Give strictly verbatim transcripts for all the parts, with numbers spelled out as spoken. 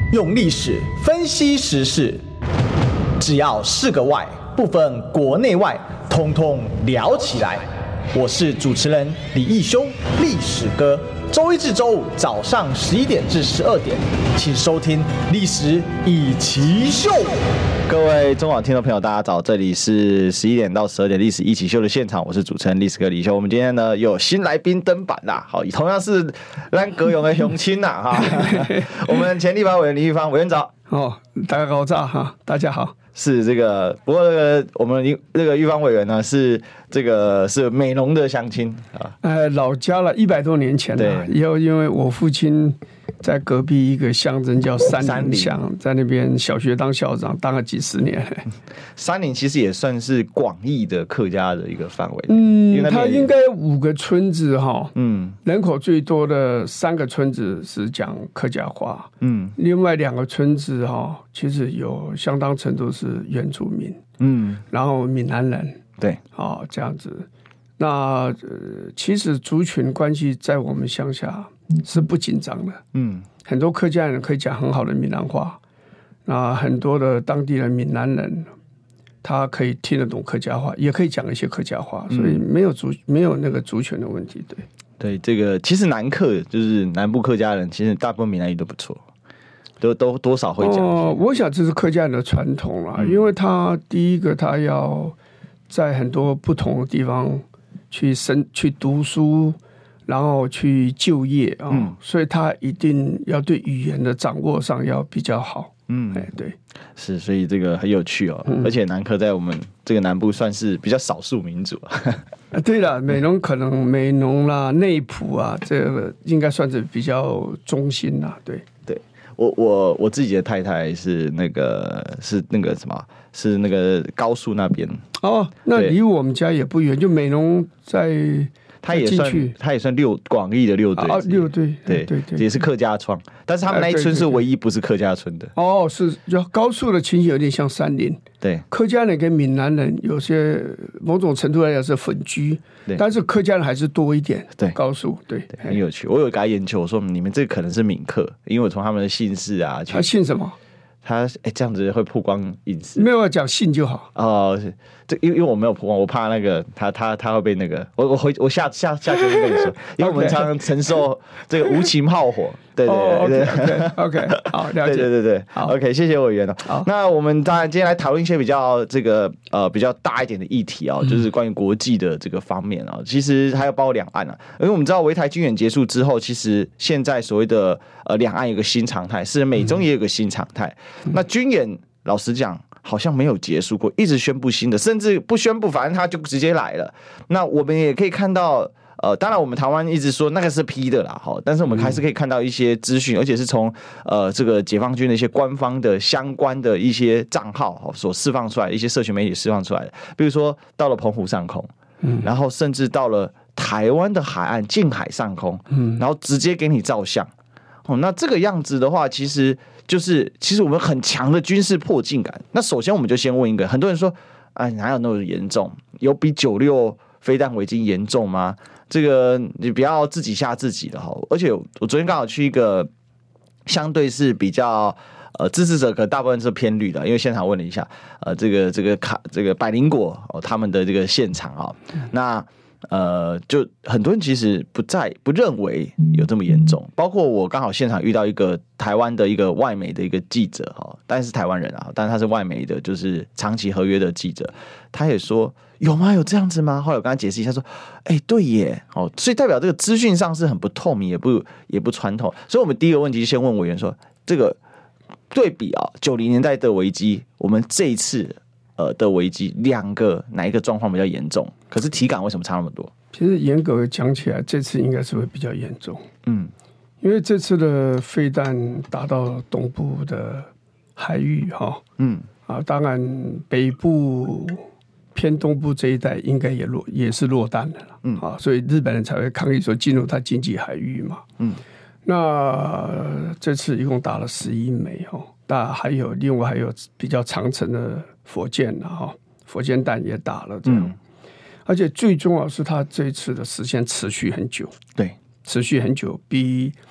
用历史分析时事，只要是个“外”，不分国内外，通通聊起来。我是主持人李义修，历史哥。周一至周五早上十一点至十二点，请收听《历史一起秀》。 各位中网听众朋友，大家早，这里是十一点到十二点《历史一起秀》的现场，我是主持人历史哥李修。我们今天呢有新来宾登板啦，好，同样是咱高雄的雄亲呐哈，我们前立法委员林玉芳委员长。 哦，大家好，哈，大家好。 是这个，不过这个我们这个玉芳委员呢是这个是美浓的乡亲啊， 呃，老家了，一百多年前了。以后因为我父亲在隔壁一个乡镇叫三林乡，在那边小学当校长，当了几十年。 三林其实也算是广义的客家的一个范围， 嗯，它应该有五个村子哈，嗯，人口最多的三个村子是讲客家话，嗯，另外两个村子哈，其实有相当程度是原住民，嗯，然后闽南人， 对， 哦，这样子。那呃，其实族群关系在我们乡下是不紧张的，嗯，很多客家人可以讲很好的闽南话，那很多的当地的闽南人，他可以听得懂客家话，也可以讲一些客家话，所以没有族没有那个族群的问题，对。 对，这个其实南客就是南部客家人，其实大部分闽南语都不错。都都多少会讲、 哦，我想这是客家人的传统啦、嗯，因为他第一个他要在很多不同的地方去生去读书，然后去就业啊、哦嗯，所以他一定要对语言的掌握上要比较好。嗯，哎，对， 是，所以这个很有趣哦，嗯、而且南科在我们这个南部算是比较少数民族啊。对了，美浓可能美浓啦、内埔啊，这个应该算是比较中心啦，对对。我我我自己的太太是那个是那个什么，是那个高速那边哦，那离我们家也不远，就美浓在。 他也算，他也算六广义的六队， 啊，六队， 对对对，也是客家庄，但是他们那一村是唯一不是客家村的。 哦，是，就高速的情形有点像山林， 对， 客家人跟闽南人有些某种程度来讲是混居，但是客家人还是多一点。对，高速，对， 对很有趣。我有给他研究，我说你们这可能是闽客，因为我从他们的姓氏啊， 他姓什么？ 他哎，这样子会曝光隐私， 没有讲姓就好哦。这因为因为我没有曝光，我怕那个他他他会被那个我我回我下下下节目跟你说，因为我们常常承受这个无情炮火。对对对对 ，OK， 好，了解， 对对对对，好 ，OK， 谢谢委员哦。那我们当然今天来讨论一些比较这个呃比较大一点的议题啊、哦，就是关于国际的这个方面啊、哦，其实还有包括两岸啊，因为我们知道围台军演结束之后，其实现在所谓的呃两岸有个新常态，是美中也有个新常态。嗯、那军演老实讲，好像没有结束过，一直宣布新的，甚至不宣布，反正他就直接来了。那我们也可以看到，呃，当然我们台湾一直说那个是 P 的啦，但是我们还是可以看到一些资讯，而且是从呃这个解放军的一些官方的相关的一些账号所释放出来的一些社群媒体释放出来的，比如说到了澎湖上空，嗯，然后甚至到了台湾的海岸近海上空，嗯，然后直接给你照相。哦，那这个样子的话，其实就是其实我们很强的军事迫近感。那首先我们就先问一个，很多人说，哎，哪有那么严重？有比九六飞弹围巾严重吗？这个你不要自己吓自己的哈。而且我昨天刚好去一个相对是比较呃支持者，可大部分是偏绿的，因为现场问了一下，呃，这个这个卡这个百灵果哦他们的这个现场啊、哦，那。呃，就很多人其实不在不认为有这么严重，包括我刚好现场遇到一个台湾的一个外媒的一个记者哈，但是台湾人啊，但是他是外媒的，就是长期合约的记者，他也说有吗？有这样子吗？后来我跟他解释一下，说，哎、欸，对耶，哦，所以代表这个资讯上是很不透明，也不也不传统，所以我们第一个问题就先问委员说，这个对比啊，九零年代的危机，我们这一次。呃的危机，两个哪一个状况比较严重？可是体感为什么差那么多？ 其实严格讲起来，这次应该是会比较严重。嗯，因为这次的飞弹打到东部的海域哈，嗯啊，当然北部偏东部这一带应该也落也是落弹的了。嗯啊，所以日本人才会抗议说进入他经济海域嘛。嗯，那这次一共打了十一枚哈。那还有另外还有比较长程的火箭哈，火箭弹也打了这样、嗯，而且最重要是它这一次的时间持续很久， 对， 持续很久，比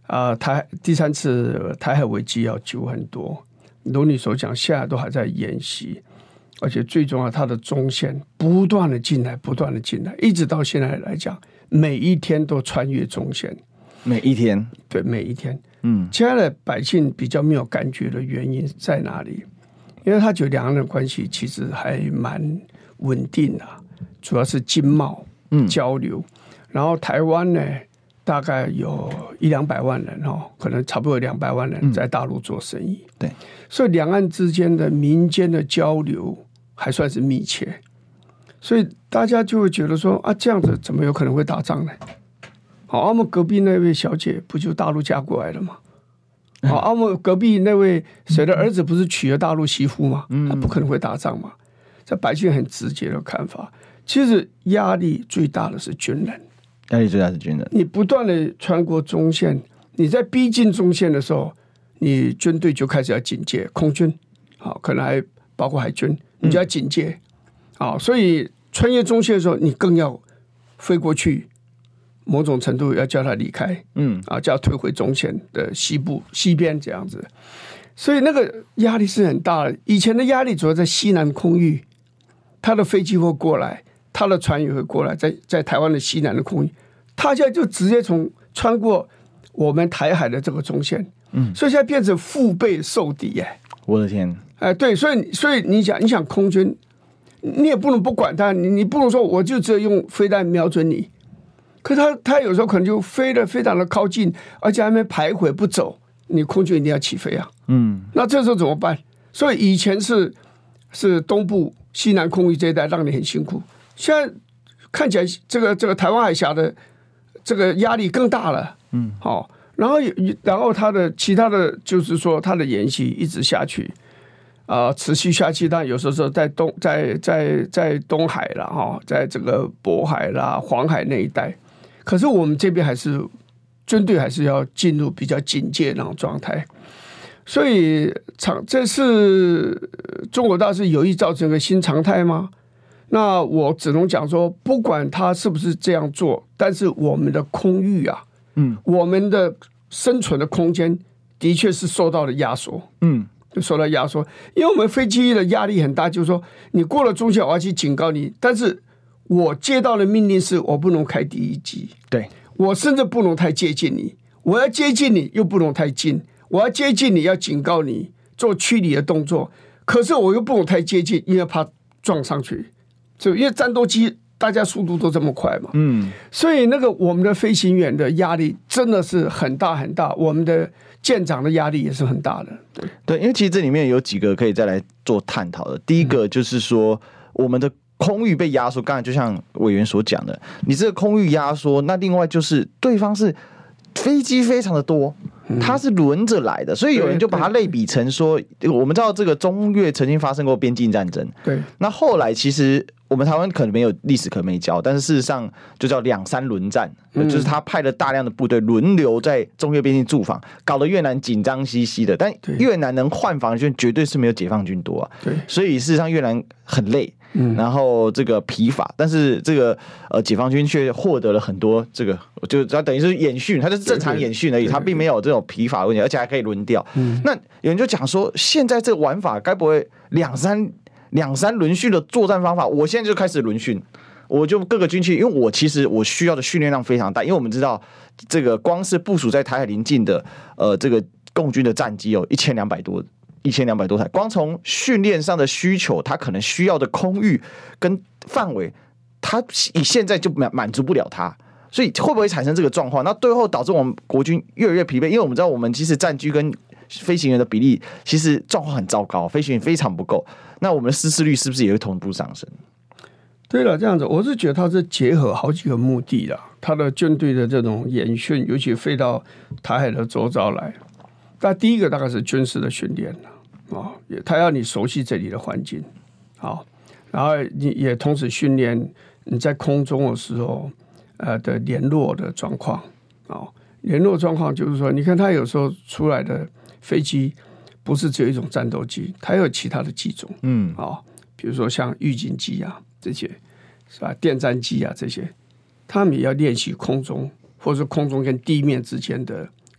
啊、呃，台第三次台海危机要久很多。如你所讲，现在都还在演习，而且最重要，它的中线不断的进来，不断的进来，一直到现在来讲，每一天都穿越中线， 每一天， 对，每一天。嗯，现在的百姓比较没有感觉的原因在哪里？因为他觉得两岸的关系其实还蛮稳定的，主要是经贸交流，嗯、然后台湾呢，大概有一两百万人哦，可能差不多两百万人在大陆做生意，嗯、 对， 所以两岸之间的民间的交流还算是密切，所以大家就会觉得说啊，这样子怎么有可能会打仗呢？好，我们隔壁那位小姐不就大陆嫁过来的吗？好，啊，我们隔壁那位谁的儿子不是娶了大陆媳妇吗？他不可能会打仗嘛。这百姓很直接的看法，其实压力最大的是军人， 压力最大是军人。 你不断的穿过中线，你在逼近中线的时候，你军队就开始要警戒，空军，好，可能还包括海军，你就要警戒，好，所以穿越中线的时候，你更要飞过去。某种程度要叫他离开，嗯啊，叫他退回中线的西部西边这样子，所以那个压力是很大的。以前的压力主要在西南空域，他的飞机会过来，他的船也会过来，在在台湾的西南的空域，他现在就直接从穿过我们台海的这个中线，嗯，所以现在变成腹背受敌耶、欸！ 我的天， 哎，对，所以所以你想，你想空军，你也不能不管他，你你不能说我就只有用飞弹瞄准你。可他他有时候可能就飞得非常的靠近，而且还没徘徊不走，你空军一定要起飞啊。嗯，那这时候怎么办？所以以前是是东部西南空域这一带让你很辛苦，现在看起来这个这个台湾海峡的这个压力更大了。嗯，好、哦，然后然后他的其他的就是说他的演习一直下去。啊、呃，持续下去，但有时候在东在在在东海啦，哈，在这个渤海啦、黄海那一带，可是我们这边还是军队还是要进入比较警戒那种状态，所以常这是中国大陆有意造成一个新常态吗？那我只能讲说，不管他是不是这样做，但是我们的空域啊，嗯，我们的生存的空间的确是受到了压缩，嗯。就受到压缩，因为我们飞机的压力很大，就是说你过了中线，我要去警告你，但是我接到的命令是我不能开第一击， 对， 我甚至不能太接近你，我要接近你又不能太近，我要接近你要警告你做驱离的动作，可是我又不能太接近，因为怕撞上去，就因为战斗机大家速度都这么快嘛，嗯，所以那个我们的飞行员的压力真的是很大很大，我们的舰长的压力也是很大的，对对，因为其实这里面有几个可以再来做探讨的。第一个就是说，我们的空域被压缩，刚才就像委员所讲的，你这个空域压缩，那另外就是对方是飞机非常的多，它是轮着来的，所以有人就把它类比成说，我们知道这个中越曾经发生过边境战争， 对， 那后来其实我们台湾可能没有历史课没教，但是事实上就叫两三轮战，嗯、就是他派了大量的部队轮流在中越边境驻防，搞得越南紧张兮兮的。但越南能换防的军绝对是没有解放军多啊， 对， 所以事实上越南很累。嗯、然后这个疲乏，但是这个呃解放军却获得了很多这个，就它等于是演训，它就是正常演训而已，它并没有这种疲乏的问题，而且还可以轮调。嗯、那有人就讲说，现在这个玩法该不会两三两三轮训的作战方法？我现在就开始轮训，我就各个军区，因为我其实我需要的训练量非常大，因为我们知道这个光是部署在台海邻近的呃这个共军的战机有一千两百多。一千两百多台，光从训练上的需求，它可能需要的空域跟范围，它以现在就满满足不了它，所以会不会产生这个状况？那最后导致我们国军越来越疲惫，因为我们知道我们其实战机跟飞行员的比例其实状况很糟糕，飞行员非常不够，那我们的失事率是不是也会同步上升？ 对了，这样子，我是觉得它是结合好几个目的的，它的军队的这种演训，尤其飞到台海的周遭来。那第一个大概是军事的训练啊，他要你熟悉这里的环境，好，然后你也同时训练你在空中的时候，呃的联络的状况啊，联络状况就是说，你看他有时候出来的飞机不是只有一种战斗机，它有其他的机种，嗯，啊，比如说像预警机啊这些，是吧？电战机啊这些，他们也要练习空中或者空中跟地面之间的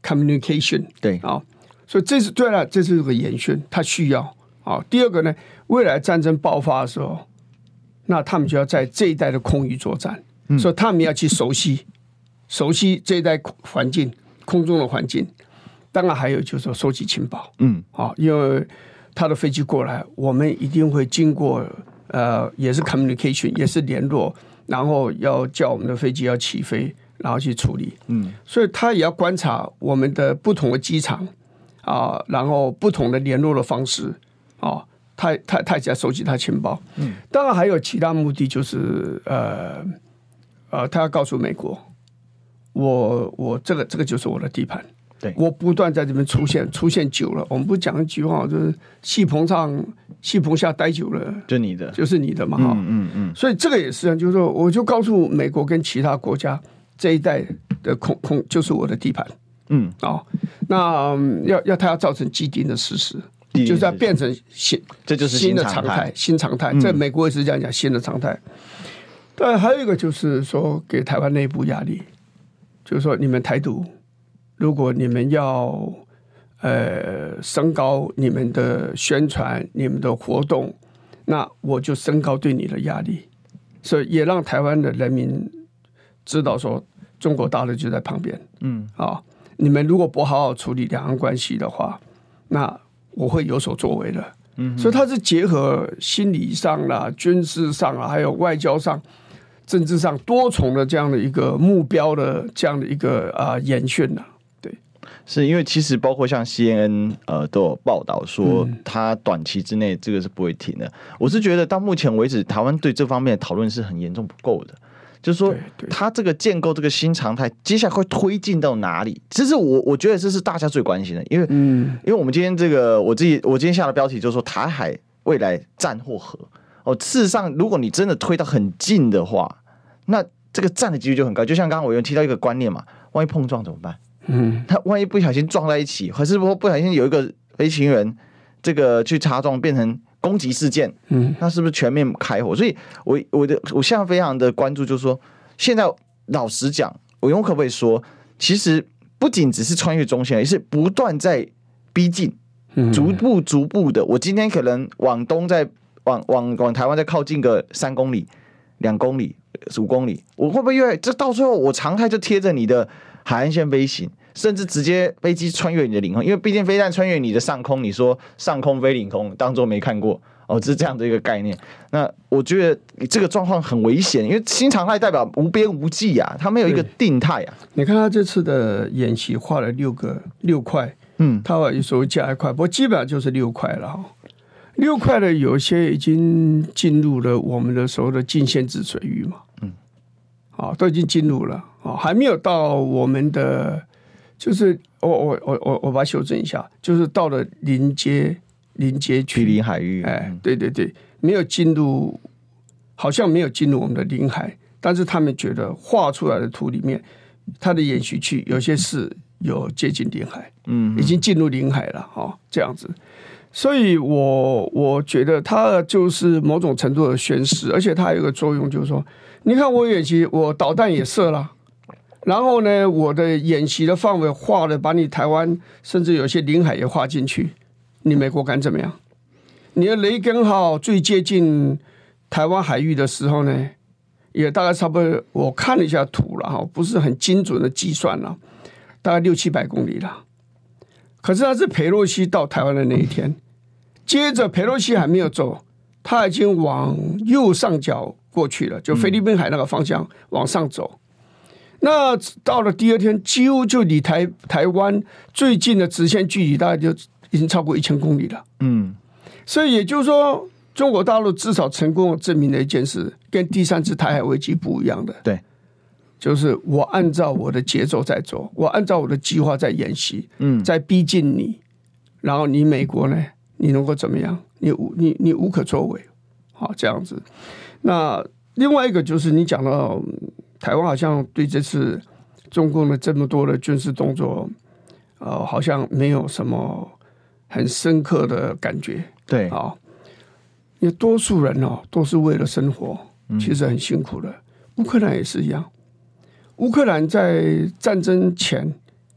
communication， 对啊，所以这是对了，这是个演训，它需要啊。第二个呢，未来战争爆发的时候，那他们就要在这一带的空域作战，嗯、所以他们要去熟悉熟悉这一带环境，空中的环境。当然还有就是说收集情报，嗯，啊，因为他的飞机过来，我们一定会经过呃，也是 communication， 也是联络，然后要叫我们的飞机要起飞，然后去处理，嗯，所以他也要观察我们的不同的机场啊，然后不同的联络的方式啊，他他他也在收集他情报，嗯，当然还有其他目的，就是呃呃，他要告诉美国，我我这个这个就是我的地盘。 对， 我不断在这边出现，出现久了，我们不讲一句话，就是戏棚上、戏棚下待久了， 就你的， 就是你的嘛，哈、嗯嗯嗯。所以这个也是，就是说，我就告诉美国跟其他国家，这一带的空空就是我的地盘，嗯，哦，那、嗯、要要它要造成既定的事实，就是要变成新， 这就是新的常态，新常态。在美国也是这样讲，新的常态。但还有一个就是说，给台湾内部压力，就是说你们台独。如果你们要呃升高你们的宣传、你们的活动，那我就升高对你的压力，所以也让台湾的人民知道说，中国大陆就在旁边。嗯，啊，你们如果不好好处理两岸关系的话，那我会有所作为的。嗯，所以它是结合心理上啦、军事上啦，还有外交上、政治上多重的这样的一个目标的这样的一个啊、呃、演训呐。 是因为其实包括像 C N N 呃都有报道说，它短期之内这个是不会停的。我是觉得到目前为止，台湾对这方面的讨论是很严重不够的。就是说，它这个建构这个新常态，接下来会推进到哪里？这是我我觉得这是大家最关心的，因为嗯，因为我们今天这个我自己我今天下的标题就是说台海未来战或和哦，事实上如果你真的推到很近的话，那这个战的几率就很高。就像刚刚委员提到一个观念嘛，万一碰撞怎么办？嗯，他万一不小心撞在一起，还是说不小心有一个飞行员这个去擦撞变成攻击事件，嗯，那是不是全面开火？所以我我的我现在非常的关注，就是说，现在老实讲，我用可不可以说，其实不仅只是穿越中线，而是不断在逼近，逐步逐步的。我今天可能往东再往往往台湾再靠近个三公里、两公里、五公里，我会不会越这到最后我常态就贴着你的海岸线飞行，甚至直接飞机穿越你的领空，因为毕竟飞弹穿越你的上空，你说上空飞领空，当作没看过哦，这是这样的一个概念。那我觉得这个状况很危险，因为新常态代表无边无际啊，它没有一个定态啊。 你看他这次的演习画了六个六块，嗯，他有所谓加一块，不过基本上就是六块了哈。六块的有些已经进入了我们的所谓的禁限制水域嘛，嗯，啊，都已经进入了啊，还没有到我们的，就是我我我我我把它修正一下，就是到了临街临街区毗邻海域， 哎，对对对，没有进入，好像没有进入我们的领海，但是他们觉得画出来的图里面，它的演习区有些是有接近领海，嗯，已经进入领海了，哈，这样子。所以我我觉得它就是某种程度的宣示，而且它还有一个作用，就是说，你看我演习，我导弹也射了，然后呢，我的演习的范围画了，把你台湾甚至有些领海也画进去，你美国敢怎么样？你的雷根号最接近台湾海域的时候呢，也大概差不多，我看了一下图了哈，不是很精准的计算了，大概六七百公里了。可是他是裴洛西到台湾的那一天，接着裴洛西还没有走，他已经往右上角过去了，就菲律宾海那个方向往上走。那到了第二天，几乎就离台台湾最近的直线距离大概就已经超过一千公里了。嗯，所以也就是说，中国大陆至少成功证明了一件事，跟第三次台海危机不一样的。 对。 就是我按照我的节奏在走，我按照我的计划在演习，嗯，在逼近你，然后你美国呢，你能够怎么样？你无你你无可作为，好这样子。那另外一个就是你讲到台湾好像对这次中共的这么多的军事动作，呃，好像没有什么很深刻的感觉， 对啊，因为多数人哦都是为了生活，其实很辛苦的。乌克兰也是一样。乌克兰在战争前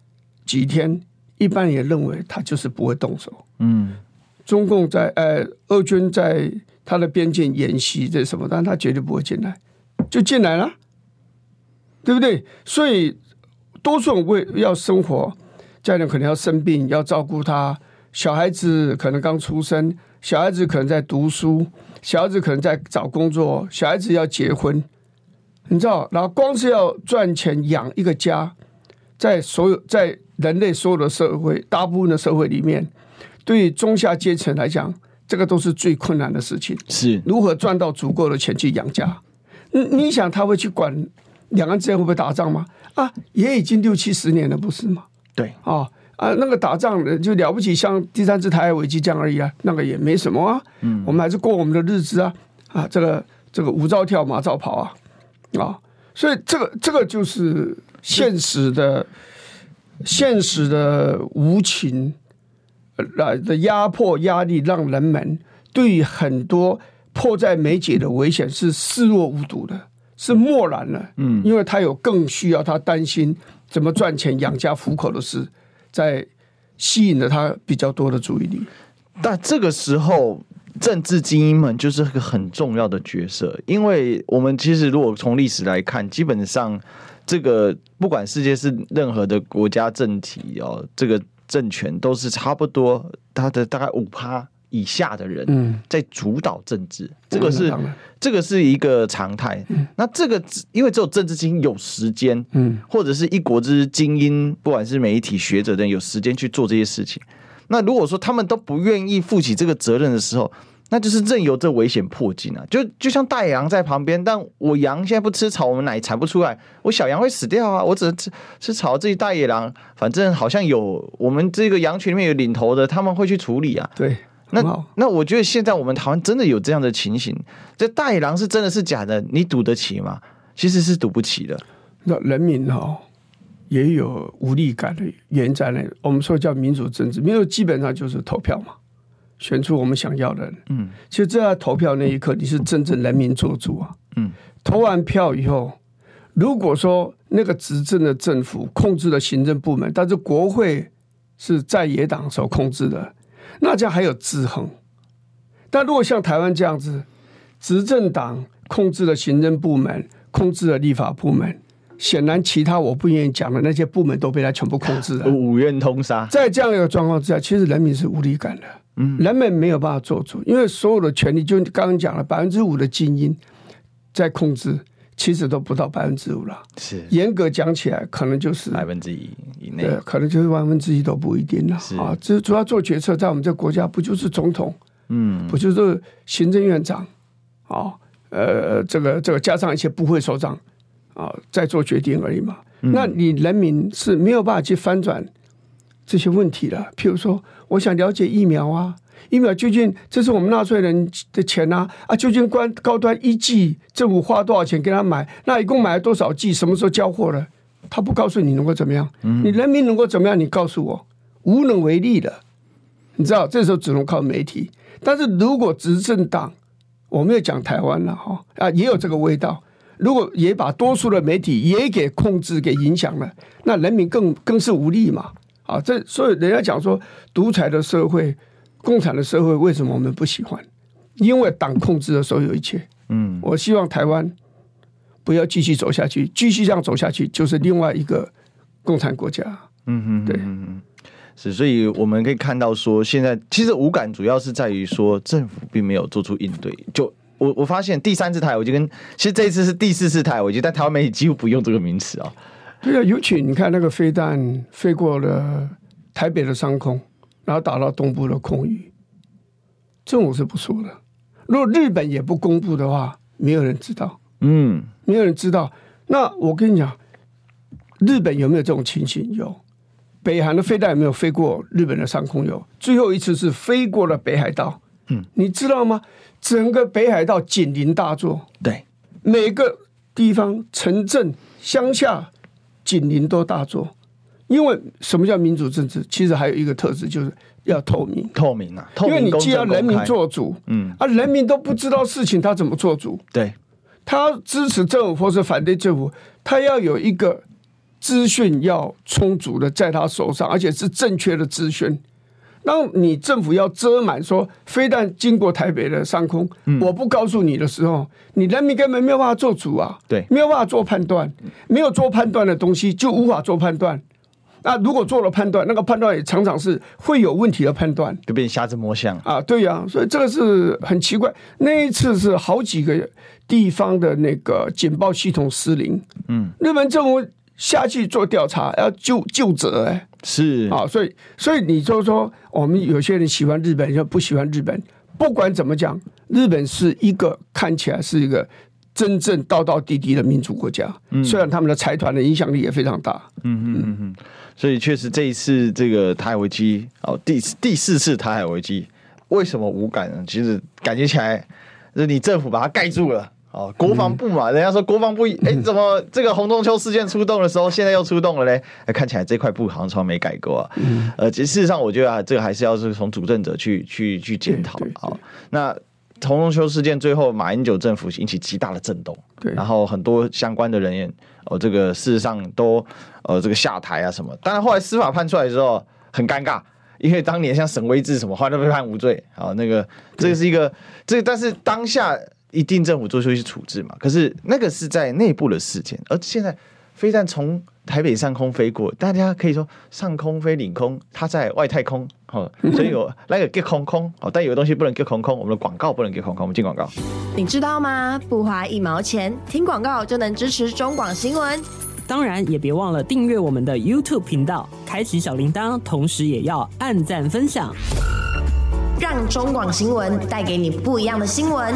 几天，一般也认为他就是不会动手。 嗯， 中共在呃，俄军在他的边境演习这什么，但他绝对不会进来，就进来了，对不对？所以多数人为要生活，家人可能要生病，要照顾他，小孩子可能刚出生，小孩子可能在读书，小孩子可能在找工作，小孩子要结婚，你知道，然后光是要赚钱养一个家，在所有在人类所有的社会，大部分的社会里面，对于中下阶层来讲，这个都是最困难的事情。 是如何赚到足够的钱去养家？你你想他会去管两岸之间会不会打仗吗？啊，也已经六七十年了，不是吗？ 对， 哦啊，那个打仗就了不起，像第三次台海危机这样而已啊，那个也没什么啊。嗯，我们还是过我们的日子啊啊，这个这个舞照跳，马照跑啊啊，所以这个这个就是现实的现实的无情来的压迫压力，让人们对于很多迫在眉睫的危险是视若无睹的，是漠然了。嗯，因为他有更需要他担心怎么赚钱养家糊口的事，在吸引了他比较多的注意力。 但这个时候，政治精英们就是个很重要的角色，因为我们其实如果从历史来看，基本上这个不管世界是任何的国家政体哦，这个政权都是差不多，他的大概五趴以下的人在主导政治，嗯、这个是、嗯、这个是一个常态。嗯、那这个因为只有政治精英有时间，嗯，或者是一国之精英，不管是媒体学者的人有时间去做这些事情。那如果说他们都不愿意负起这个责任的时候，那就是任由这危险迫近啊！就就像大野狼在旁边，但我羊现在不吃草，我们奶产不出来，我小羊会死掉啊！我只能吃吃草，自己大野狼，反正好像有我们这个羊群里面有领头的，他们会去处理啊。 对， 那那我觉得现在我们台湾真的有这样的情形，这大野狼是真的是假的？你赌得起吗？其实是赌不起的。 那人民哈、哦、也有无力感的原因在那，我们说叫民主政治，民主基本上就是投票嘛。选出我们想要的人，嗯，其实在投票那一刻，你是真正人民做主啊，嗯，投完票以后，如果说那个执政的政府控制了行政部门，但是国会是在野党所控制的，那这样还有制衡。但如果像台湾这样子，执政党控制了行政部门，控制了立法部门，显然其他我不愿意讲的那些部门都被他全部控制了， 五院通杀。 在这样一个状况之下，其实人民是无力感的。嗯、人们没有办法做主，因为所有的权利就刚刚讲了，百分之五的精英在控制，其实都不到百分之五了。是严格讲起来，可能就是百分之一以内， 对，可能就是万分之一都不一定了。啊，这主要做决策，在我们这个国家，不就是总统，嗯，不就是行政院长，啊，呃，这个这个加上一些部会首长啊，在做决定而已嘛。嗯、那你人民是没有办法去翻转这些问题的，譬如说，我想了解疫苗啊，疫苗究竟这是我们纳税人的钱啊，啊，究竟关高端一剂政府花多少钱给他买？那一共买了多少剂？什么时候交货了？他不告诉你能够怎么样？嗯、你人民能够怎么样？你告诉我，无能为力的。你知道，这时候只能靠媒体。但是如果执政党，我没有讲台湾了哈啊，也有这个味道。如果也把多数的媒体也给控制、给影响了，那人民更更是无力嘛。啊，这所以人家讲说，独裁的社会、共产的社会，为什么我们不喜欢？因为党控制了所有一切。嗯，我希望台湾不要继续走下去，继续这样走下去，就是另外一个共产国家。嗯嗯，对， 嗯是，所以我们可以看到说，现在其实无感主要是在于说，政府并没有做出应对。就我我发现第三次台危机跟其实这一次是第四次台危机，但台湾媒体几乎不用这个名词啊。 对啊，尤其你看那个飞弹飞过了台北的上空，然后打到东部的空域，政府是不说的。如果日本也不公布的话，没有人知道。嗯，没有人知道。那我跟你讲，日本有没有这种情形？有。北韩的飞弹有没有飞过日本的上空？有。最后一次是飞过了北海道。嗯，你知道吗？整个北海道警铃大作。 对， 每个地方城镇乡下警铃都大作，因为什么叫民主政治？其实还有一个特质，就是要透明， 透明啊，透明， 因为你既要人民做主，嗯，啊，人民都不知道事情，他怎么做主？ 对， 他支持政府或是反对政府，他要有一个资讯要充足的在他手上，而且是正确的资讯。当你政府要遮瞒说飞弹经过台北的上空，嗯、我不告诉你的时候，你人民根本没有办法做主啊， 对， 没有办法做判断，没有做判断的东西就无法做判断。那如果做了判断，那个判断也常常是会有问题的判断， 就变瞎子摸象啊，对呀、啊，所以这个是很奇怪。那一次是好几个地方的那个警报系统失灵，嗯，日本政府下去做调查，要就就责哎、欸。 是啊，所以所以你就说，我们有些人喜欢日本，有些人不喜欢日本。不管怎么讲，日本是一个看起来是一个真正道道地地的民主国家。嗯、虽然他们的财团的影响力也非常大。 嗯嗯嗯嗯。所以确实这一次这个台海危机哦，第第四次台海危机，为什么无感呢？其实感觉起来，是你政府把它盖住了。哦，国防部嘛，嗯、人家说国防部，哎，怎么这个洪仲丘事件出动的时候，现在又出动了嘞？看起来这块布好像从来没改过啊。嗯、呃，其实事实上，我觉得、啊、这个还是要是从主政者去去去检讨啊。那洪仲丘事件最后，马英九政府引起极大的震动，对，然后很多相关的人员，哦，这个事实上都呃这个下台啊什么。当然后来司法判出来之后很尴尬。因为当年像沈威志什么，后来都被判无罪。好，那个这个是一个这个，但是当下一定政府做出一些处置嘛。可是那个是在内部的事件，而现在飞弹从台北上空飞过，大家可以说上空飞领空，它在外太空，哦，所以有那个 get 空空，哦，但有的东西不能 get 空空，我们的广告不能 get 空空。我们进广告， 你知道吗？不花一毛钱，听广告就能支持中广新闻。 当然也别忘了订阅我们的 YouTube 频道，开启小铃铛，同时也要按赞分享， 让中广新闻带给你不一样的新闻。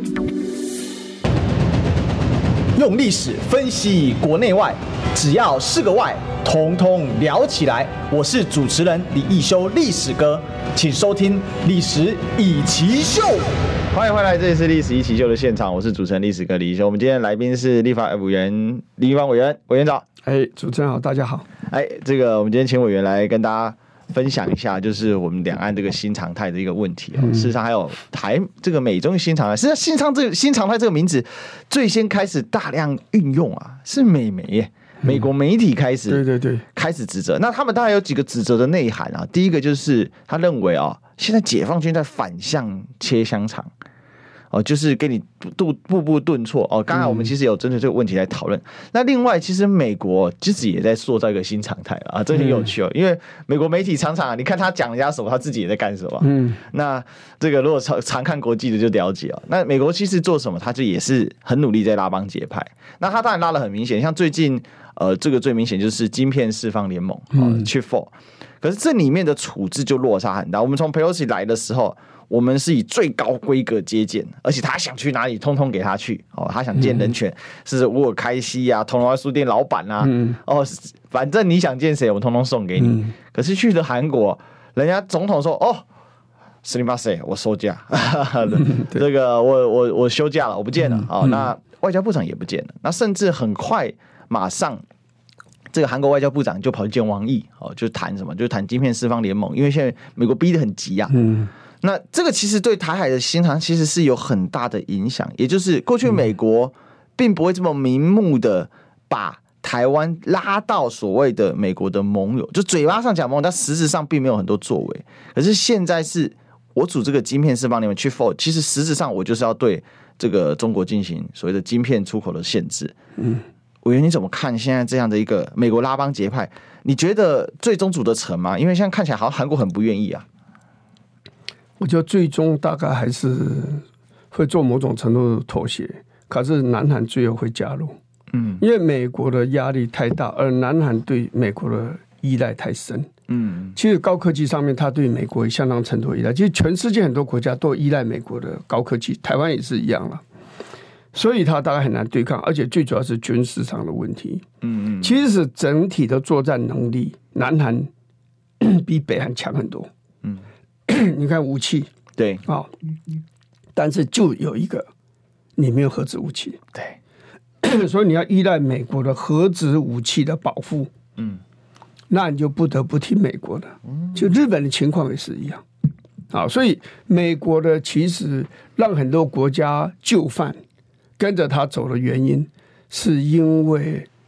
用历史分析国内外，只要是个“外”，统统聊起来。我是主持人李义修，历史哥，请收听《历史一起秀》。 欢迎回来，这里是历史一起秀的现场，我是主持人历史哥李义修。我们今天的来宾是立法委员林宜芳委员，委员长。 哎，主持人好，大家好。 哎，这个我们今天请委员来跟大家分享一下，就是我们两岸这个新常态的一个问题、哦嗯、事实上还有台这个美中新常态，实际上新常这个新常态这个名字最先开始大量运用啊，是美媒耶。美国媒体开始、 嗯、对对对开始指责，那他们当然有几个指责的内涵啊。第一个就是他认为啊、哦，现在解放军在反向切香肠。哦，就是给你步步步顿挫哦。刚才我们其实有针对这个问题来讨论。嗯、那另外，其实美国其实也在塑造一个新常态啊，这很有趣哦。嗯、因为美国媒体常常、啊，你看他讲人家什么，他自己也在干什么。嗯，那这个如果常常看国际的就了解哦。那美国其实做什么，他就也是很努力在拉帮结派。那他当然拉得很明显，像最近呃，这个最明显就是晶片释放联盟哦 Chip Four。可是这里面的处置就落差很大。我们从 Pelosi 来的时候。我们是以最高规格接见，而且他想去哪里，通通给他去。哦，他想见人权，嗯、是沃尔开西啊，铜锣湾书店老板啊，嗯、哦，反正你想见谁，我们通通送给你。嗯、可是去了韩国，人家总统说：“哦，すみません，我收假，这个我我我休假了，我不见了。嗯”哦，那外交部长也不见了，那甚至很快马上。这个韩国外交部长就跑去见王毅，哦，就谈什么？就谈晶片释放联盟，因为现在美国逼得很急啊。嗯。那这个其实对台海的新常其实是有很大的影响，也就是过去美国并不会这么明目的把台湾拉到所谓的美国的盟友，就嘴巴上讲盟友，但实质上并没有很多作为。可是现在是我组这个晶片释放联盟 Chip Four， 其实实质上我就是要对这个中国进行所谓的晶片出口的限制。嗯，委员你怎么看现在这样的一个美国拉帮结派？你觉得最终组得成吗？因为现在看起来好像韩国很不愿意啊。 我觉得最终大概还是会做某种程度的妥协，可是南韩最后会加入，嗯，因为美国的压力太大，而南韩对美国的依赖太深，嗯，其实高科技上面，它对美国有相当程度的依赖，其实全世界很多国家都依赖美国的高科技，台湾也是一样了，所以它大概很难对抗，而且最主要是军事上的问题，嗯嗯，其实是整体的作战能力，南韩比北韩强很多，嗯。你看武器， 对啊、哦，但是就有一个，你没有核子武器， 对， 所以你要依赖美国的核子武器的保护，嗯，那你就不得不听美国的。就日本的情况也是一样，啊，所以美国的其实让很多国家就范跟着他走的原因，是因为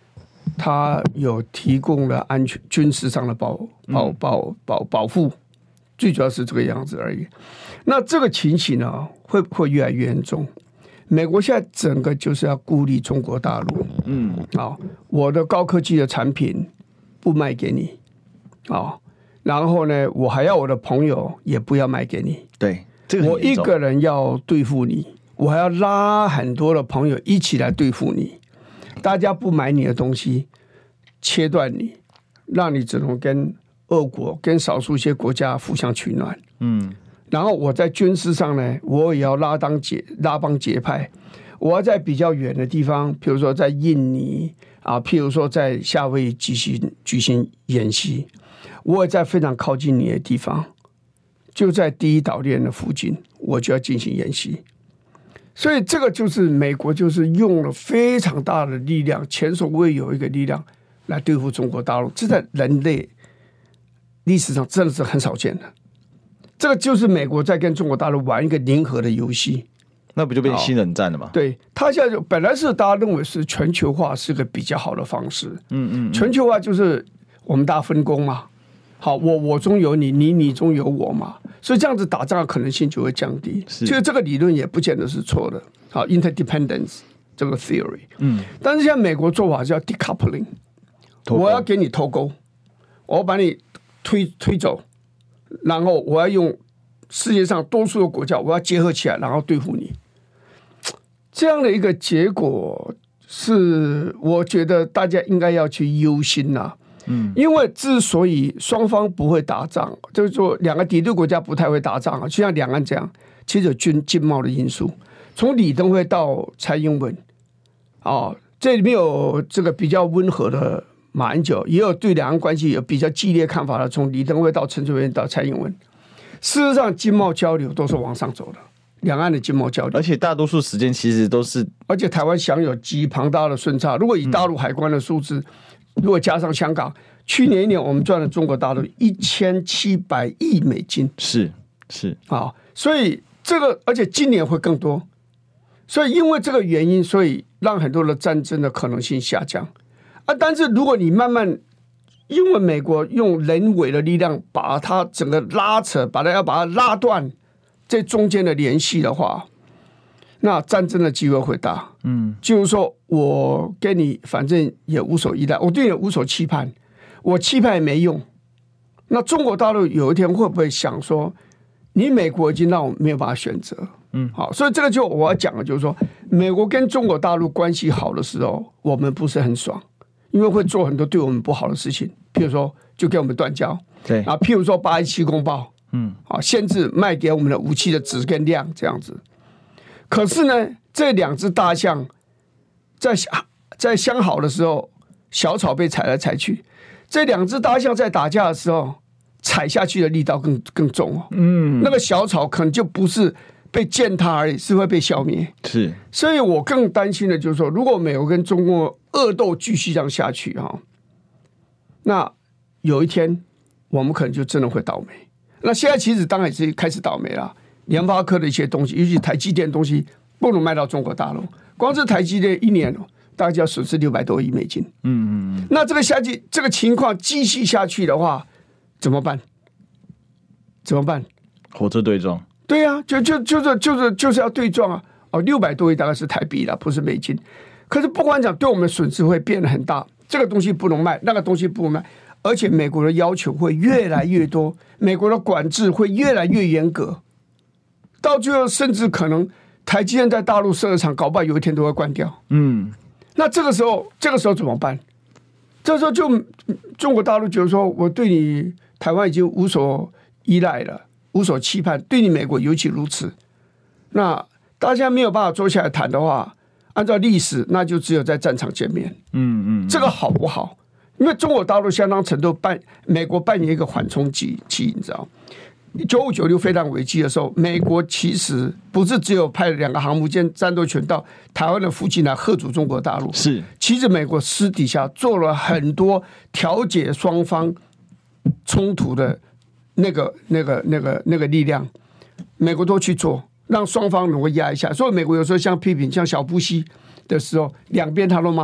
他有提供了安全军事上的保保保保保护，最主要是这个样子而已。那这个情形呢，会不会越来越严重？美国现在整个就是要孤立中国大陆，嗯，啊，我的高科技的产品不卖给你，啊，然后呢，我还要我的朋友也不要卖给你， 对，这个我一个人要对付你，我还要拉很多的朋友一起来对付你，大家不买你的东西，切断你，让你只能跟俄国、跟少数一些国家互相取暖，嗯。然后我在军事上呢，我也要拉帮结拉帮结派。我要在比较远的地方，譬如说在印尼啊，譬如说在夏威夷举行举行演习，我也在非常靠近你的地方，就在第一岛链的附近，我就要进行演习。所以这个就是美国就是用了非常大的力量，前所未有一个力量来对付中国大陆，这在人类历史上真的是很少见的。这个就是美国在跟中国大陆玩一个零和的游戏， 那不就变新冷战了吗？ 对，他现在就本来是大家认为是全球化是个比较好的方式，嗯 嗯, 嗯，全球化就是我们大家分工嘛，好，我我中有你，你你中有我嘛，所以这样子打仗的可能性就会降低。其实这个理论也不见得是错的，好 ，interdependence 这个 theory， 嗯，但是现在美国做法叫 decoupling， 我要给你脱钩，我要把你推推走。然后我要用世界上多数的国家，我要结合起来，然后对付你。这样的一个结果是，我觉得大家应该要去忧心呐、啊。嗯，因为之所以双方不会打仗，就是说两个敌对国家不太会打仗啊，就像两岸这样，其实有军经贸的因素。从李登辉到蔡英文，哦，这里面有这个比较温和的。马英九也有对两岸关系有比较激烈看法的，从李登辉到陈水扁到蔡英文，事实上经贸交流都是往上走的，两岸的经贸交流， 而且大多数时间其实都是， 而且台湾享有极庞大的顺差。如果以大陆海关的数字，嗯、如果加上香港，去年一年我们赚了中国大陆一千七百亿美金， 是是啊，所以这个而且今年会更多，所以因为这个原因，所以让很多的战争的可能性下降。啊！但是如果你慢慢，因为美国用人为的力量把它整个拉扯，把它要把它拉断，这中间的联系的话，那战争的机会会大。嗯，就是说我跟你反正也无所依赖，我对你也无所期盼，我期盼也没用。那中国大陆有一天会不会想说，你美国已经让我没有办法选择？嗯，好，所以这个就我要讲的就是说，美国跟中国大陆关系好的时候，我们不是很爽。因为会做很多对我们不好的事情，譬如说就给我们断交， 对啊，譬如说八一七公报，嗯，啊，限制卖给我们的武器的质跟量这样子。可是呢，这两只大象在在相好的时候，小草被踩来踩去，这两只大象在打架的时候，踩下去的力道更更重哦，嗯，那个小草可能就不是被践踏而已，是会被消灭。 是， 所以我更担心的就是说，如果美国跟中国恶斗继续这样下去哈，那有一天我们可能就真的会倒霉。那现在其实当然也是开始倒霉了，联发科的一些东西，尤其台积电的东西不能卖到中国大陆，光是台积电一年大概就要损失六百多亿美金。嗯嗯，那这个下去这个情况继续下去的话，怎么办？怎么办？ 火车对撞。 对呀、啊，就就就是就是就是要对撞啊！哦，六百多亿大概是台币了，不是美金。可是不管讲，对我们的损失会变得很大。这个东西不能卖，那个东西不能卖，而且美国的要求会越来越多，美国的管制会越来越严格，到最后甚至可能台积电在大陆设的厂，搞不好有一天都会关掉。嗯，那这个时候，这个时候怎么办？这时候就中国大陆觉得说，我对你台湾已经无所依赖了。无所期盼，对你美国尤其如此。那大家没有办法坐下来谈的话，按照历史，那就只有在战场见面。嗯嗯，这个好不好？因为中国大陆相当程度扮美国扮演一个缓冲期，你知道，九五九六飞弹危机的时候，美国其实不是只有派两个航母舰战斗群到台湾的附近来吓阻中国大陆， 是其实美国私底下做了很多调解双方冲突的。那个、那个、那个、那个力量，美国都去做，让双方能够压一下。所以美国有时候像批评像小布希的时候，两边他都骂，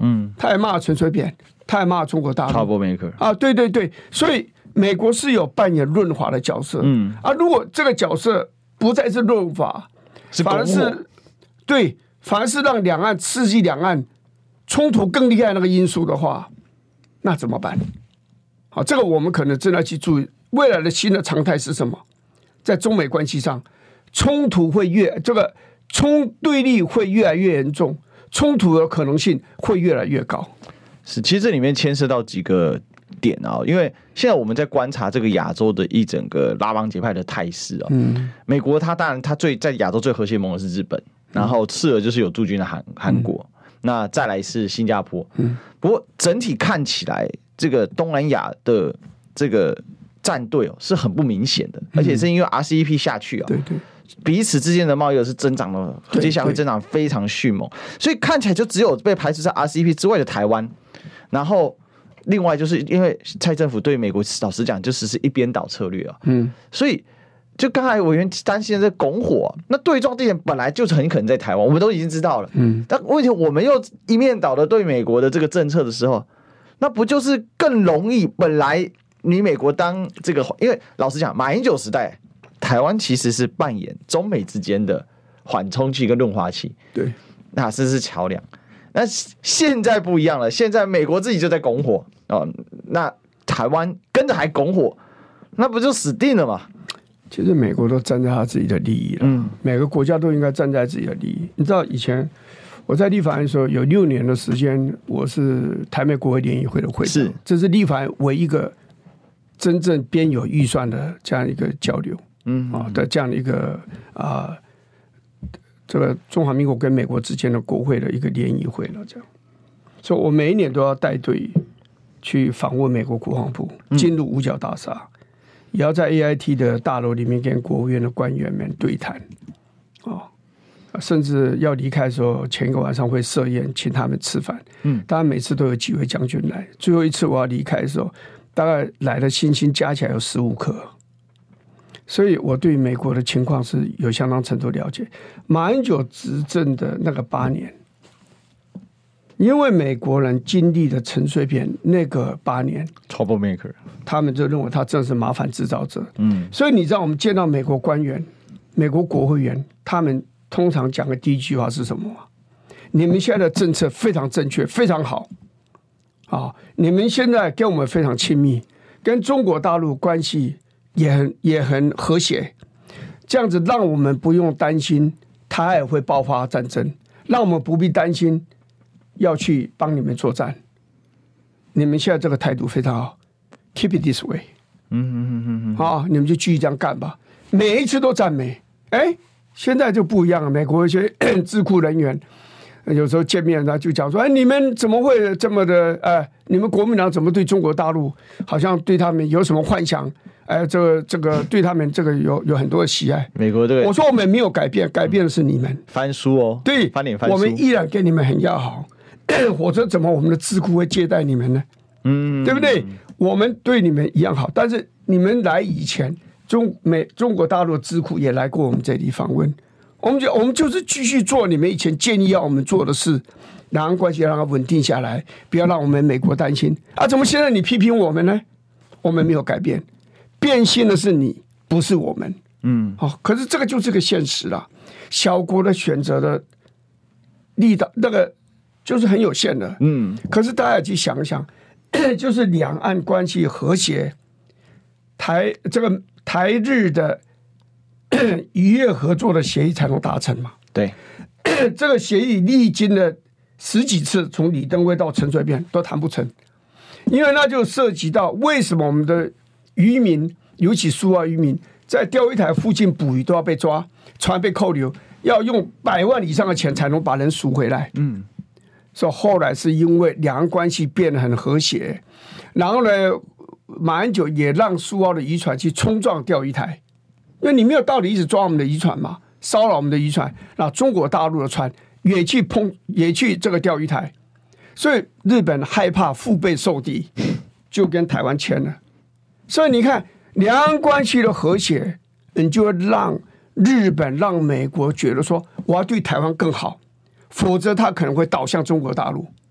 嗯，他也骂陈水扁，他也骂中国大陆 troublemaker 啊，对对对，所以美国是有扮演润滑的角色，嗯啊，如果这个角色不再是润滑，反而是对，反而是让两岸刺激两岸冲突更厉害那个因素的话，那怎么办？好，这个我们可能真的要去注意，未来的新的常态是什么？在中美关系上，冲突会越这个冲对立会越来越严重，冲突的可能性会越来越高。 是，其实这里面牵涉到几个点啊，因为现在我们在观察这个亚洲的一整个拉帮结派的态势啊。嗯，美国它当然它最在亚洲最和谐盟的是日本，然后次而就是有驻军的韩韩国，嗯，那再来是新加坡。嗯，不过整体看起来，这个东南亚的这个战队哦是很不明显的，而且是因为 R C E P 下去啊， 对对， 彼此之间的贸易是增长了，接下来会增长非常迅猛，所以看起来就只有被排除在 R C E P 之外的台湾，然后另外就是因为蔡政府对美国老实讲就实施一边倒策略啊，嗯，所以就刚才委员担心的拱火，那对撞地点本来就是很可能在台湾，我们都已经知道了，嗯，但问题我们又一面倒的对美国的这个政策的时候，那不就是更容易？本来你美国当这个，因为老实讲，马英九时代，台湾其实是扮演中美之间的缓冲器跟润滑器， 对， 那这是桥梁。那现在不一样了，现在美国自己就在拱火哦，那台湾跟着还拱火，那不就死定了吗？ 其实美国都站在他自己的利益了，嗯，每个国家都应该站在自己的利益。你知道以前我在立法院的时候，有六年的时间，我是台美国会联谊会的会长，是，这是立法院唯一一个真正编有预算的这样一个交流，嗯啊的这样的一个啊。这个中华民国跟美国之间的国会的一个联谊会了，这样，所以我每一年都要带队去访问美国国防部，进入五角大厦，也要在 A I T 的大楼里面跟国务院的官员们对谈，哦，甚至要离开的时候，前一个晚上会设宴请他们吃饭。嗯，当然每次都有几位将军来，最后一次我要离开的时候，大概来的星星加起来有十五颗。所以我对美国的情况是有相当程度了解。马英九执政的那个八年，因为美国人经历了陈水扁那个八年 troublemaker， 他们就认为他真的是麻烦制造者。嗯，所以你知道我们见到美国官员、美国国会议员，他们通常讲的第一句话是什么吗？你们现在的政策非常正确，非常好啊！你们现在跟我们非常亲密，跟中国大陆关系也很也很和谐，这样子让我们不用担心台海会爆发战争，让我们不必担心要去帮你们作战。你们现在这个态度非常好 ，keep it this way。嗯嗯嗯嗯嗯，好，你们就继续这样干吧。每一次都赞美，哎，现在就不一样了。美国一些智库人员有时候见面他就讲说，哎，你们怎么会这么的？呃，你们国民党怎么对中国大陆好像对他们有什么幻想？哎，这个这个对他们这个有有很多的喜爱。 美国这个， 我说我们没有改变，改变的是你们翻书哦， 对， 翻脸翻书， 我们依然跟你们很要好，否则怎么我们的智库会接待你们呢？嗯，对不对？我们对你们一样好，但是你们来以前，中美中国大陆的智库也来过我们这里访问，我们就我们就是继续做你们以前建议要我们做的事，两岸关系让它稳定下来，不要让我们美国担心啊！怎么现在你批评我们呢？我们没有改变。变心的是你，不是我们。嗯，好、哦，可是这个就是个现实啦。小国的选择的力道，那个就是很有限的。嗯，可是大家去想一想，就是两岸关系和谐，台这个台日的渔业合作的协议才能达成嘛。 对， 这个协议历经了十几次，从李登辉到陈水扁都谈不成，因为那就涉及到为什么我们的渔民，尤其苏澳渔民，在钓鱼台附近捕鱼都要被抓，船被扣留，要用百万以上的钱才能把人赎回来。嗯，所以后来是因为两岸关系变得很和谐，然后呢，马英九也让苏澳的渔船去冲撞钓鱼台，因为你没有道理一直抓我们的渔船嘛，骚扰我们的渔船，然后中国大陆的船也去碰，也去这个钓鱼台，所以日本害怕腹背受敌，就跟台湾签了。所以你看，两岸关系的和谐，你就会让日本、让美国觉得说，我要对台湾更好，否则他可能会倒向中国大陆。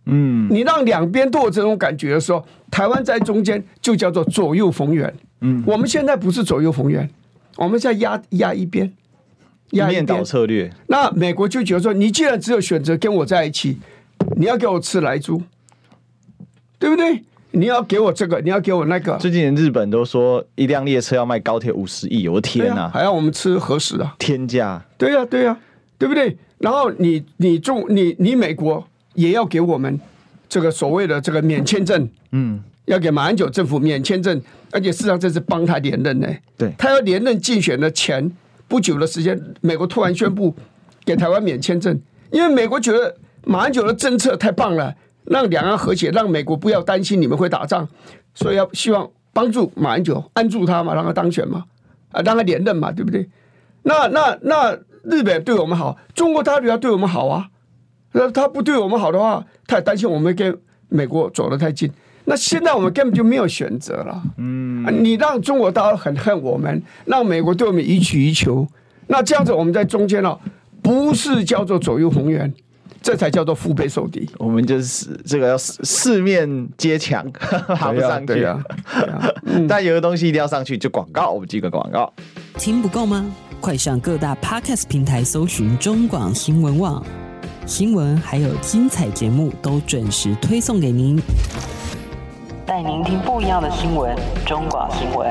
嗯，你让两边都有这种感觉的时候，台湾在中间就叫做左右逢源。嗯，我们现在不是左右逢源，我们在压压一边， 压一面倒策略。 那美国就觉得说，你既然只有选择跟我在一起，你要给我吃莱猪，对不对？你要给我这个，你要给我那个。 最近日本都说一辆列车要卖高铁五十亿，我的天哪、啊！ 还要我们吃核食啊？ 天价！ 对呀、啊，对呀、啊，对不对？然后你你中你你美国也要给我们这个所谓的这个免签证，嗯，要给马英九政府免签证，而且事实上这是帮他连任呢。 对， 他要连任竞选的前不久的时间，美国突然宣布给台湾免签证，因为美国觉得马英九的政策太棒了。让两岸和谐，让美国不要担心你们会打仗，所以要希望帮助马英九安住他嘛，让他当选嘛，啊，让他连任嘛，对不对？那那那日本对我们好，中国大陆要对我们好啊。那他不对我们好的话，他也担心我们跟美国走得太近。那现在我们根本就没有选择了。嗯，你让中国大陆很恨我们，让美国对我们予取予求，那这样子我们在中间哦，不是叫做左右逢源。这才叫做腹背受敌， 我们就是这个要四面接墙，爬不上去。 对呀、啊啊嗯， 但有的东西一定要上去，就广告。我们记个广告。 听不够吗？快上各大 Podcast 平台搜寻中广新闻网，新闻还有精彩节目都准时推送给您，带您听不一样的新闻。中广新闻。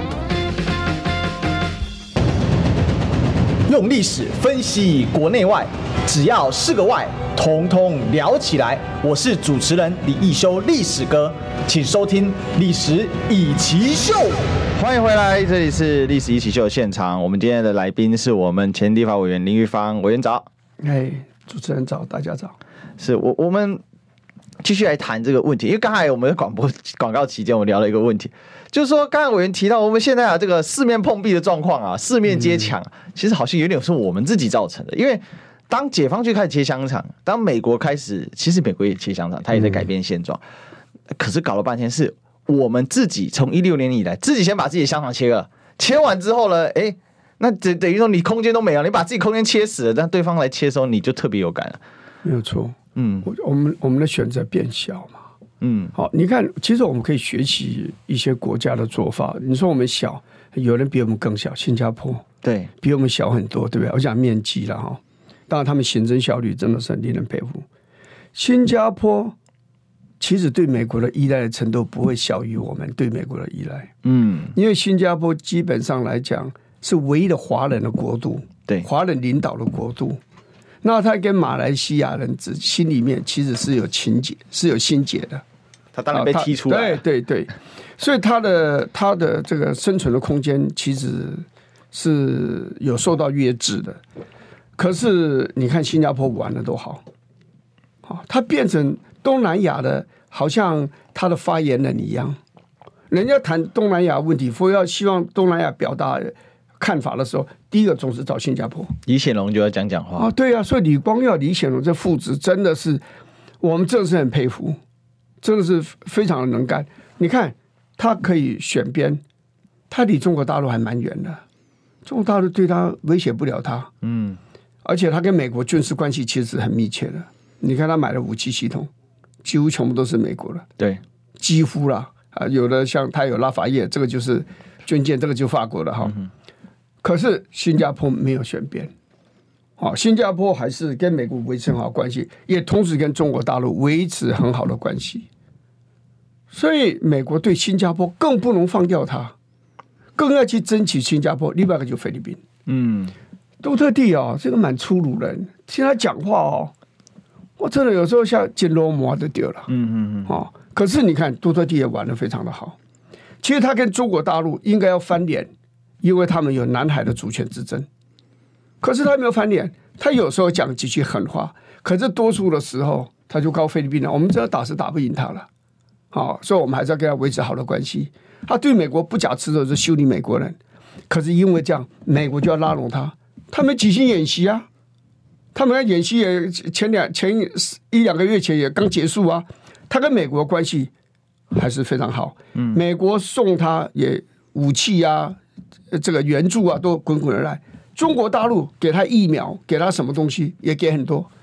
用历史分析国内外，只要是个“外”，统统聊起来。我是主持人李义修，历史哥，请收听《历史一起秀》。 欢迎回来，这里是《历史一起秀》的现场。我们今天的来宾是我们前立法委员林玉芳委员早。 哎，主持人早，大家早。 是我我们继续来谈这个问题，因为刚才我们的广播广告期间，我们聊了一个问题。就是说，刚才委员提到，我们现在啊，这个四面碰壁的状况啊，四面接墙、啊嗯，其实好像有点是我们自己造成的。因为当解放军开始切香肠，当美国开始，其实美国也切香肠，它也在改变现状、嗯。可是搞了半天，是我们自己从一六年以来，自己先把自己的香肠切了，切完之后呢，哎，那等等于说你空间都没了，你把自己空间切死了，但对方来切的时候，你就特别有感了。 没有错，嗯，我我们我们的选择变小嘛。嗯，好，你看，其实我们可以学习一些国家的做法。你说我们小，有人比我们更小，新加坡对，比我们小很多，对不对？我讲面积了哈，当然他们行政效率真的是很令人佩服。新加坡其实对美国的依赖的程度不会小于我们对美国的依赖，嗯，因为新加坡基本上来讲是唯一的华人的国度， 对， 华人领导的国度。那他跟马来西亚人心里面其实是有情结，是有心结的。 他当然被踢出来、 啊，对对对，所以他的他的这个生存的空间其实是有受到约制的。可是你看新加坡玩的都好，好，他变成东南亚的，好像他的发言人一样。人家谈东南亚问题，或要希望东南亚表达看法的时候，第一个总是找新加坡。 李显龙就要讲讲话啊，对啊，所以李光耀、李显龙这父子真的是我们真的是很佩服，真的是非常的能干。你看他可以选边，他离中国大陆还蛮远的，中国大陆对他威胁不了他，嗯，而且他跟美国军事关系其实是很密切的。你看他买的武器系统，几乎全部都是美国的， 对， 几乎啦啊，有的像他有拉法叶，这个就是军舰，这个就法国的哈。嗯，可是新加坡没有选边，好，新加坡还是跟美国维持很好关系，也同时跟中国大陆维持很好的关系。所以美国对新加坡更不能放掉它，更要去争取新加坡。另外一个就是菲律宾，嗯，杜特地哦，这个蛮粗鲁的，听他讲话哦，我真的有时候像金罗摩就丢了，嗯嗯嗯，哦，可是你看杜特地也玩得非常的好，其实他跟中国大陆应该要翻脸。因为他们有南海的主权之争，可是他没有翻脸，他有时候讲几句狠话，可是多数的时候他就告菲律宾了，我们这打是打不赢他了，好，所以我们还是要跟他维持好的关系。他对美国不假辞的是修理美国人，可是因为这样，美国就要拉拢他，他们即兴演习啊，他们的演习也前两前一两个月前也刚结束啊，他跟美国关系还是非常好，嗯，美国送他也武器啊。这个援助啊，都滚滚而来。中国大陆给他疫苗，给他什么东西也给很多，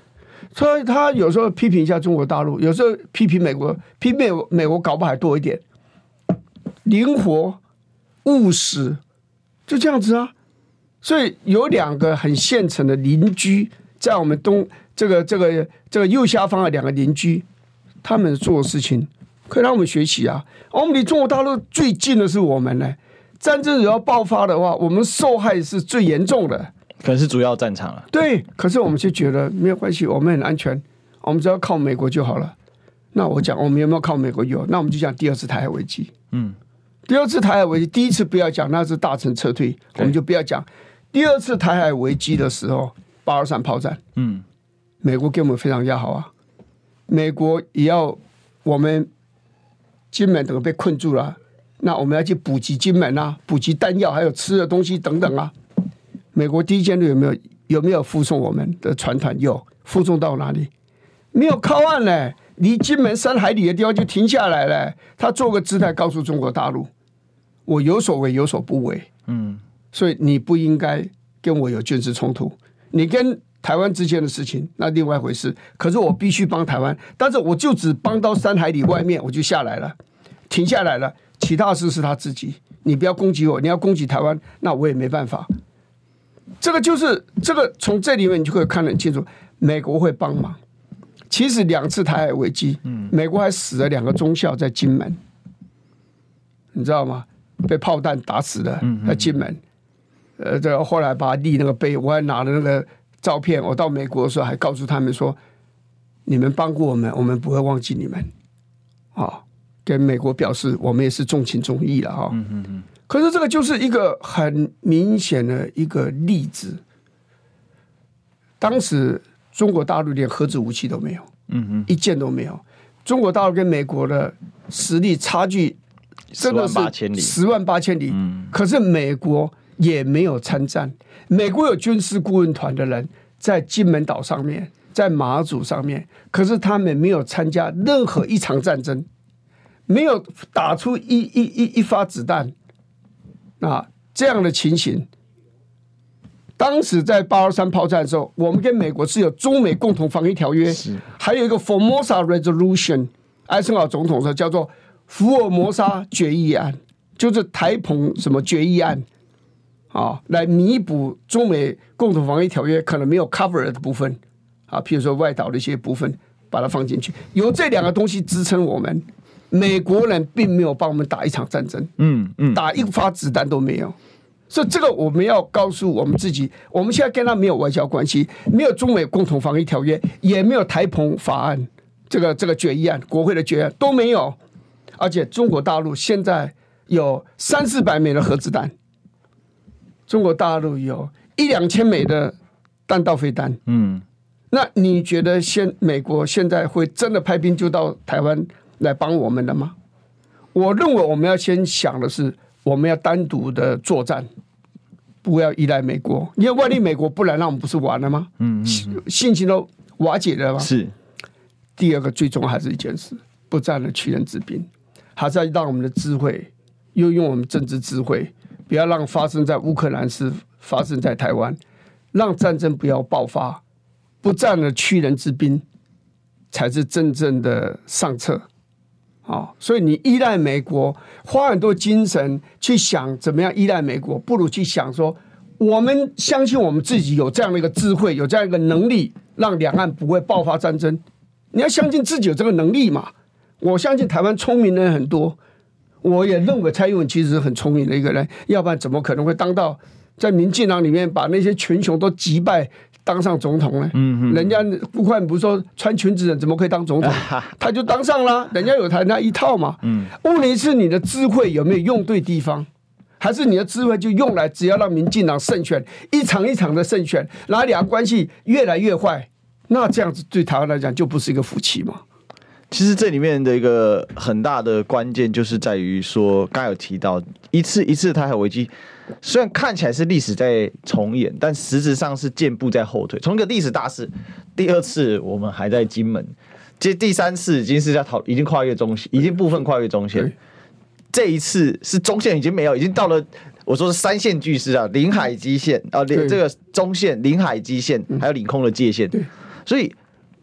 所以他有时候批评一下中国大陆，有时候批评美国，批评美国美国搞不好还多一点，灵活务实，就这样子啊。所以有两个很现成的邻居，在我们东这个这个这个右下方的两个邻居，他们做的事情可以让我们学习啊。我们离中国大陆最近的是我们呢，战争如要爆发的话，我们受害是最严重的， 可能是主要战场了。 对，可是我们就觉得没有关系，我们很安全，我们只要靠美国就好了。那我讲我们有没有靠美国？有，那我们就讲第二次台海危机。嗯，第二次台海危机，第一次不要讲，那是大城撤退，我们就不要讲。第二次台海危机的时候，八二三炮战，嗯，美国给我们非常要好啊，美国也要我们金门等个被困住了，那我们要去补给金门啊，补给弹药，还有吃的东西等等啊。美国第一舰队有没有有没有附送我们的船团？有，附送到哪里？没有靠岸呢，离金门三海里的地方就停下来了。他做个姿态告诉中国大陆，我有所为有所不为。嗯。所以你不应该跟我有军事冲突，你跟台湾之间的事情那另外一回事。可是我必须帮台湾，但是我就只帮到三海里外面，我就下来了，停下来了。其他事是他自己，你不要攻击我，你要攻击台湾，那我也没办法。这个就是这个，从这里面你就可以看得很清楚，美国会帮忙。其实两次台海危机，美国还死了两个中校在金门，你知道吗？被炮弹打死的在金门。呃，这后来把他立那个碑，我还拿了那个照片。我到美国的时候还告诉他们说：“你们帮过我们，我们不会忘记你们。”啊，跟美国表示我们也是重情重义了哈。嗯嗯嗯。可是这个就是一个很明显的一个例子。当时中国大陆连核子武器都没有，嗯嗯，一件都没有。中国大陆跟美国的实力差距真的是十万八千里。嗯。可是美国也没有参战，美国有军事顾问团的人在金门岛上面，在马祖上面，可是他们没有参加任何一场战争，没有打出一一一一发子弹啊，这样的情形。当时在八二三炮战的时候，我们跟美国是有中美共同防御条约，还有一个 Formosa Resolution， 艾森豪总统说叫做福尔摩沙决议案，就是台澎什么决议案。啊，来弥补中美共同防御条约可能没有 cover 的部分啊，譬如说外岛的一些部分，把它放进去，由这两个东西支撑我们。美国人并没有帮我们打一场战争，嗯嗯，打一发子弹都没有。所以这个我们要告诉我们自己，我们现在跟他没有外交关系，没有中美共同防御条约，也没有台澎法案这个这个决议案，国会的决议案都没有。而且中国大陆现在有三四百枚的核子弹。中国大陆有一两千枚的弹道飞弹，嗯，那你觉得现美国现在会真的派兵就到台湾来帮我们了吗？我认为我们要先想的是，我们要单独的作战，不要依赖美国，因为万一美国不来，那我们不是完了吗？嗯，信心都瓦解了吗？是。第二个最重要还是一件事，不战而屈人之兵，还是要让我们的智慧，又用我们政治智慧。不要让发生在乌克兰是发生在台湾，让战争不要爆发，不战而屈人之兵，才是真正的上策。啊，所以你依赖美国，花很多精神去想怎么样依赖美国，不如去想说，我们相信我们自己有这样的一个智慧，有这样一个能力，让两岸不会爆发战争。你要相信自己有这个能力嘛。我相信台湾聪明人很多。我也认为蔡英文其实是很聪明的一个人，要不然怎么可能会当到在民进党里面把那些群雄都击败，当上总统呢？嗯，人家不快不是说穿裙子的人怎么可以当总统？他就当上了，人家有他那一套嘛。嗯，问题是你的智慧有没有用对地方，还是你的智慧就用来只要让民进党胜选，一场一场的胜选，然后两个关系越来越坏，那这样子对台湾来讲就不是一个福气嘛。 其实这里面的一个很大的关键就是在于说，刚才有提到一次一次台海危机，虽然看起来是历史在重演，但实质上是健步在后退。从一个历史大事，第二次我们还在金门，接第三次已经是在讨，已经跨越中线，已经部分跨越中线。这一次是中线已经没有，已经到了我说是三线巨势啊，领海基线啊，这个中线、领海基线还有领空的界限，所以。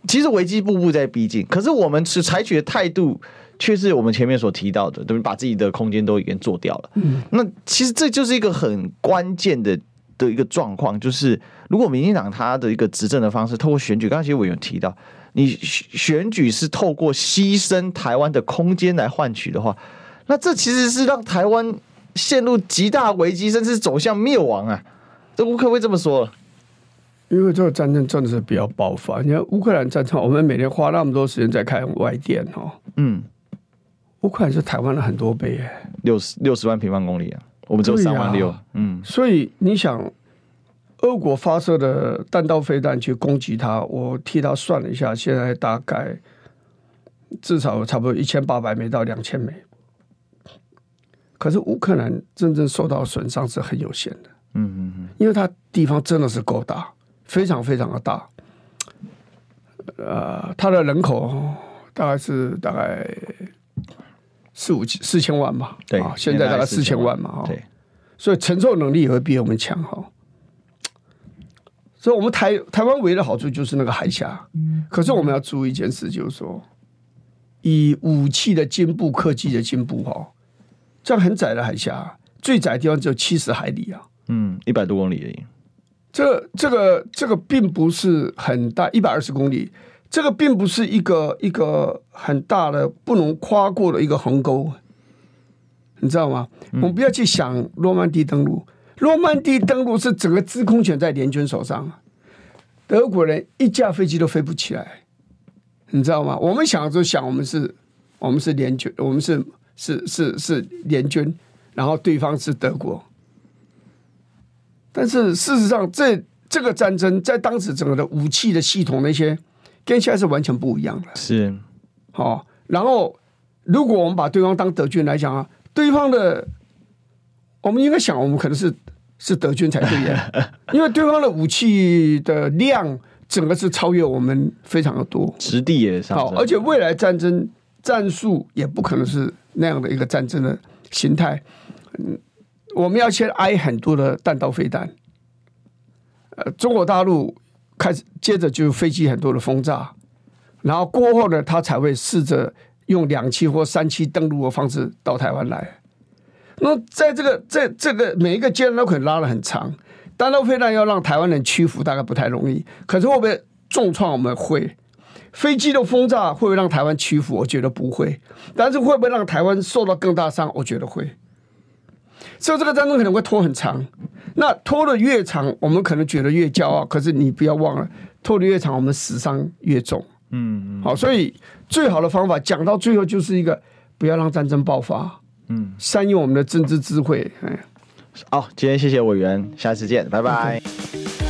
其实危机步步在逼近，可是我们是采取的态度，却是我们前面所提到的，对不对？把自己的空间都已经做掉了。嗯，那其实这就是一个很关键的的一个状况，就是如果民进党他的一个执政的方式，透过选举，刚才其实我有提到，你选举是透过牺牲台湾的空间来换取的话，那这其实是让台湾陷入极大危机，甚至走向灭亡啊！这我可不可以这么说？ 因为这个战争真的是比较爆发。你看乌克兰战争，我们每天花那么多时间在看外电哦。嗯，乌克兰是台湾的很多倍哎， 六十六十万平方公里啊，我们只有三万六。嗯， 所以你想，俄国发射的弹道飞弹去攻击它，我替他算了一下，现在大概至少差不多一千八百枚到两千枚。可是乌克兰真正受到损伤是很有限的。嗯嗯嗯，因为它地方真的是够大。非常非常的大，呃，它的人口大概是大概四五四千万嘛， 对， 啊，现在大概四千万嘛， 对， 所以承受能力也会比我们强哈。所以，我们台台湾唯一的好处就是那个海峡，可是我们要注意一件事，就是说，以武器的进步、科技的进步哈，这样很窄的海峡，最窄的地方只有七十海里啊， 嗯，一百多公里而已。 这这个这个并不是很大，一百二十公里，这个并不是一个一个很大的不能跨过的一个鸿沟，你知道吗？嗯、我们不要去想诺曼底登陆，诺曼底登陆是整个制空权在联军手上，德国人一架飞机都飞不起来，你知道吗？我们想就想我们是我们是联军，我们是是是是联军，然后对方是德国。但是事实上这，这个战争在当时整个的武器的系统那些，跟现在是完全不一样的。 是， 好、哦，然后如果我们把对方当德军来讲啊，对方的，我们应该想，我们可能是是德军才对呀，因为对方的武器的量，整个是超越我们非常的多， 质地也上升， 而且未来战争战术也不可能是那样的一个战争的形态。嗯。我们要先挨很多的弹道飞弹，呃，中国大陆开始接着就飞机很多的轰炸，然后过后呢，他才会试着用两栖或三栖登陆的方式到台湾来。那在这个在这个每一个阶段都可能拉得很长，弹道飞弹要让台湾人屈服大概不太容易，可是会不会重创我们？会。飞机的轰炸会不会让台湾屈服？我觉得不会，但是会不会让台湾受到更大伤？我觉得会。所以这个战争可能会拖很长，那拖得越长，我们可能觉得越骄傲。可是你不要忘了，拖得越长，我们死伤越重。嗯，好，所以最好的方法讲到最后就是一个不要让战争爆发。嗯，善用我们的政治智慧。哎， 好，今天谢谢委员，下次见，拜拜。Okay.